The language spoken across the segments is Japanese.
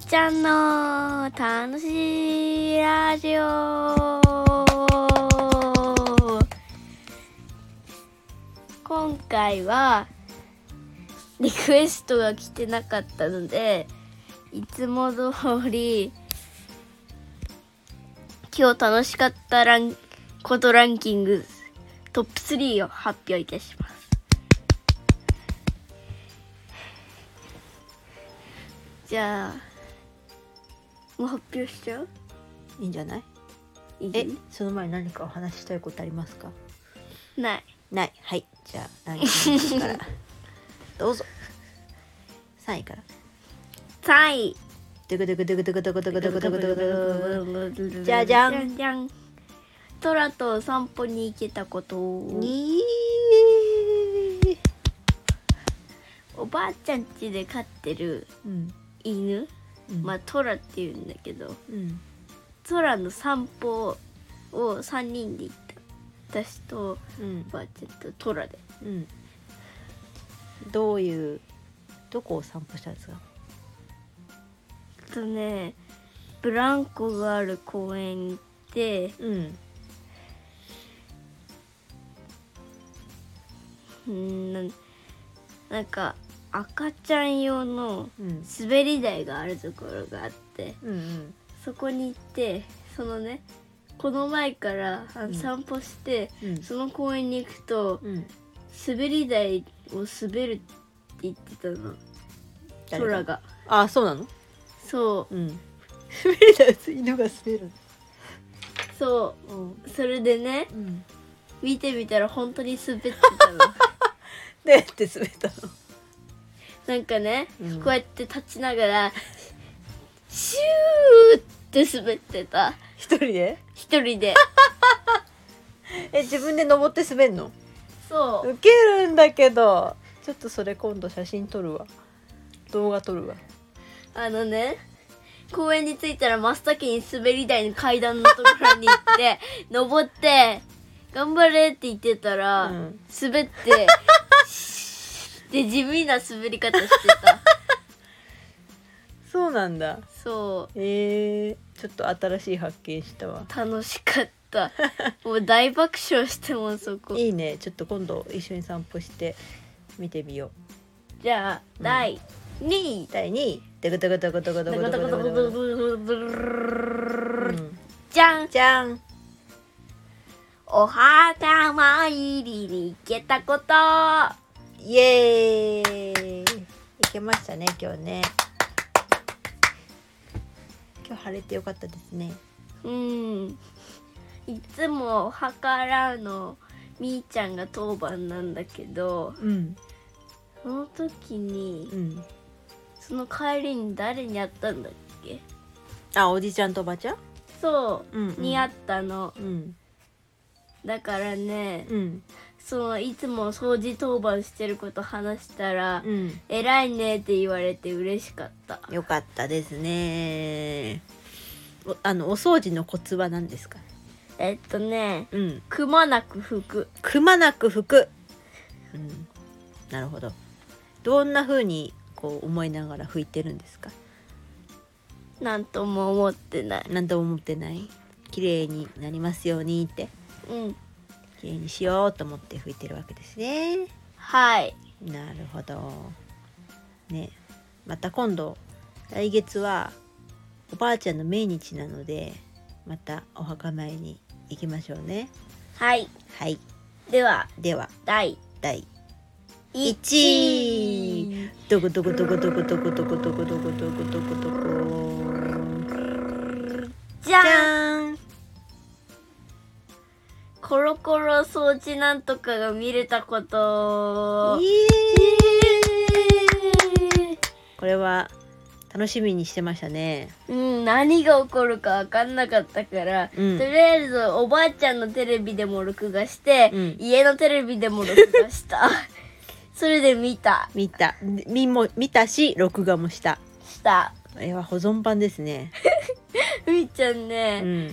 ちゃんの楽しいラジオ。今回はリクエストが来てなかったので、いつも通り今日楽しかったことランキングトップ3を発表いたします。じゃあもう発表しちゃう？ いいんじゃない？ いい？ その前に何かお話ししたいことありますか？ ない。 はい、じゃあランキングからどうぞ。3位から 3位、 ドゥクドゥクドゥクドゥクドゥクドゥクドゥクドゥクドゥクドゥクじゃじゃん。 じゃん。トラとお散歩に行けたこと。おばあちゃん家で飼ってる犬、まあトラっていうんだけど、トラの散歩を3人で行った。私とおばあちゃんとトラで、 どこを散歩したんですか？ ブランコがある公園に行って、なんか赤ちゃん用の滑り台があるところがあって、そこに行って、この前から散歩して、その公園に行くと、滑り台を滑るって言ってたの、トラが。 あ、そうなの？そう、滑り台犬が滑る。 そう、それでね、見てみたら本当に滑ってたの。 どうやって滑ったの？ なんかね、こうやって立ちながらシューって滑ってた。 一人で自分で登って滑んの？ そう。 ウケるんだけど、ちょっとそれ今度写真撮るわ、動画撮るわ。 公園に着いたら真っ先に滑り台の階段のところに行って登って頑張れって言ってたら、滑ってで地味な滑り方してた。 そうなんだ。 そう。 ちょっと新しい発見したわ。 楽しかった。もう大爆笑してもそこ。 いいね。ちょっと今度一緒に散歩して見てみよう。じゃあ、第2位。 ドクドクドクドクドクドクドクドク。 じゃんじゃん。 お墓参りに行けたこと。 イエーイ。行けましたね今日ね。今日晴れてよかったですね。 いつもお墓洗うのみーちゃんが当番なんだけど、その時に、その帰りに誰に会ったんだっけ？ おじちゃんとおばちゃん？ そう、に会ったの。だからね、いつも掃除当番してること話したら、偉いねって言われて嬉しかった。 よかったですね。お掃除のコツは何ですか？ くまなく拭く。 なるほど。どんな風にこう思いながら拭いてるんですか？ なんとも思ってない。 綺麗になりますようにって。綺麗にしようと思って拭いてるわけですね。 はい。 なるほど。ね、また今度来月はおばあちゃんの命日なので、またお墓参りに行きましょうね。 はい。では第1位。 どこどこどこどこどこどこどこどこどこどこどこどこ。 じゃん。コロコロ掃除なんとかが見れたこと。 これは楽しみにしてましたね。 何が起こるか分かんなかったから、とりあえずおばあちゃんのテレビでも録画して、家のテレビでも録画した。それで見たし、録画もした。これは保存版ですね。 みーちゃんね、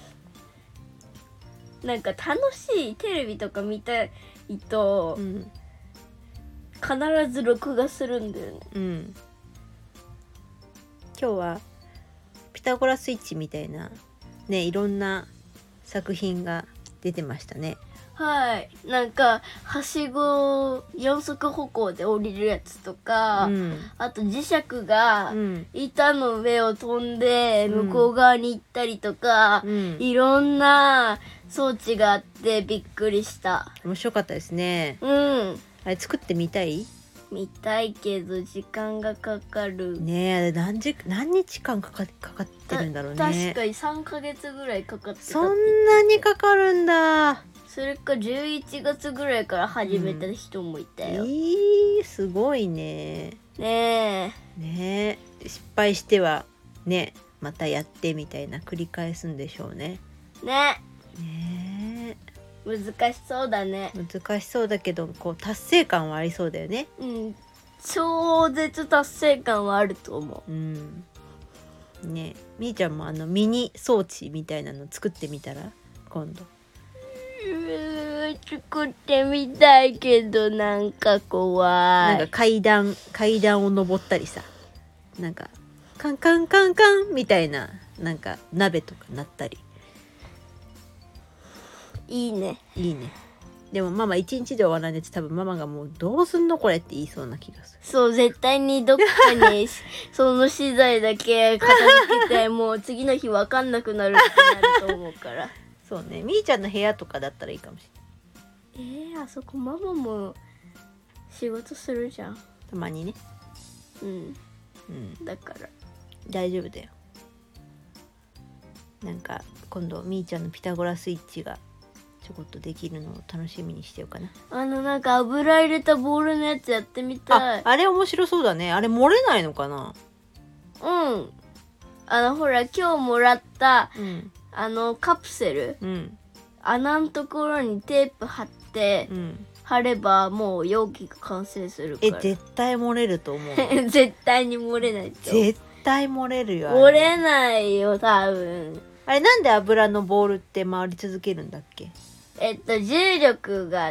なんか楽しいテレビとか見たいと、必ず録画するんだよね。 今日はピタゴラスイッチみたいなね、いろんな作品が出てましたね。 はい、なんかはしご4足歩行で降りるやつとか、あと磁石が板の上を飛んで向こう側に行ったりとか、いろんな装置があってびっくりした。 面白かったですね。あれ作ってみたい？ 見たいけど時間がかかるね。あれ何日間かかってるんだろうね。 確かに3ヶ月ぐらいかかってた。 そんなにかかるんだ。 それか11月ぐらいから始めた人もいたよ。 すごいね。 ね失敗してはね、またやってみたいな繰り返すんでしょうね。 ね難しそうだね。 難しそうだけど、こう達成感はありそうだよね。 超絶達成感はあると思う。 ね、みーちゃんもミニ装置みたいなの作ってみたら今度。 作ってみたいけどなんか怖い。 なんか階段を登ったりさ、なんかカンカンカンカンみたいな、なんか鍋とかなったり。 いいね。 でもママ1日で終わらないと多分ママがもうどうすんのこれって言いそうな気がする。 そう、絶対にどっかにその資材だけ片付けてもう次の日分かんなくなるってなると思うから。 そうね、みーちゃんの部屋とかだったらいいかもしれない。あそこママも仕事するじゃん、 たまにね。 だから大丈夫だよ。なんか今度みーちゃんのピタゴラスイッチがちょこっとできるのを楽しみにしてようかな。 なんか油入れたボールのやつやってみたい。 あれ面白そうだね。あれ漏れないのかな。 ほら今日もらった、カプセル、穴のところにテープ貼って、貼ればもう容器が完成するから。 絶対漏れると思う。 絶対に漏れないと。 絶対漏れるよ。 漏れないよ多分。 あれなんで油のボールって回り続けるんだっけ？ 重力があって、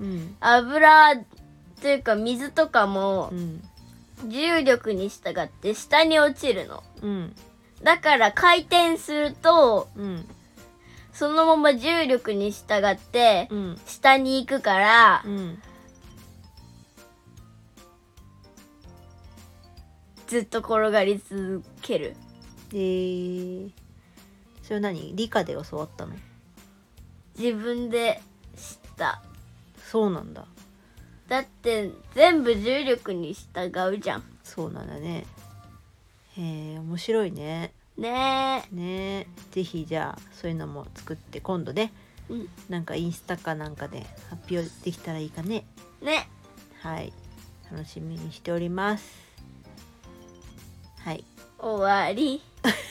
油っていうか水とかも、重力に従って下に落ちるの。だから回転すると、そのまま重力に従って、下に行くから、ずっと転がり続ける。 それは何？理科で教わったの？ 自分で知った。 そうなんだ。 だって全部重力に従うじゃん。 そうなんだね。面白いね。ぜひじゃあそういうのも作って今度ね、なんかインスタかなんかで発表できたらいいかね。はい、楽しみにしております。はい、 終わり。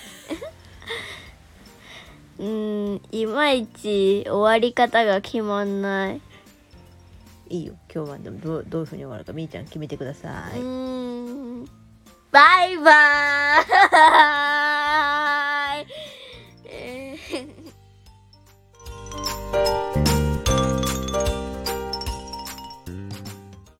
いまいち終わり方が決まんない。 いいよ、今日はでもどういう風に終わるかみーちゃん決めてください。 バイバーイ。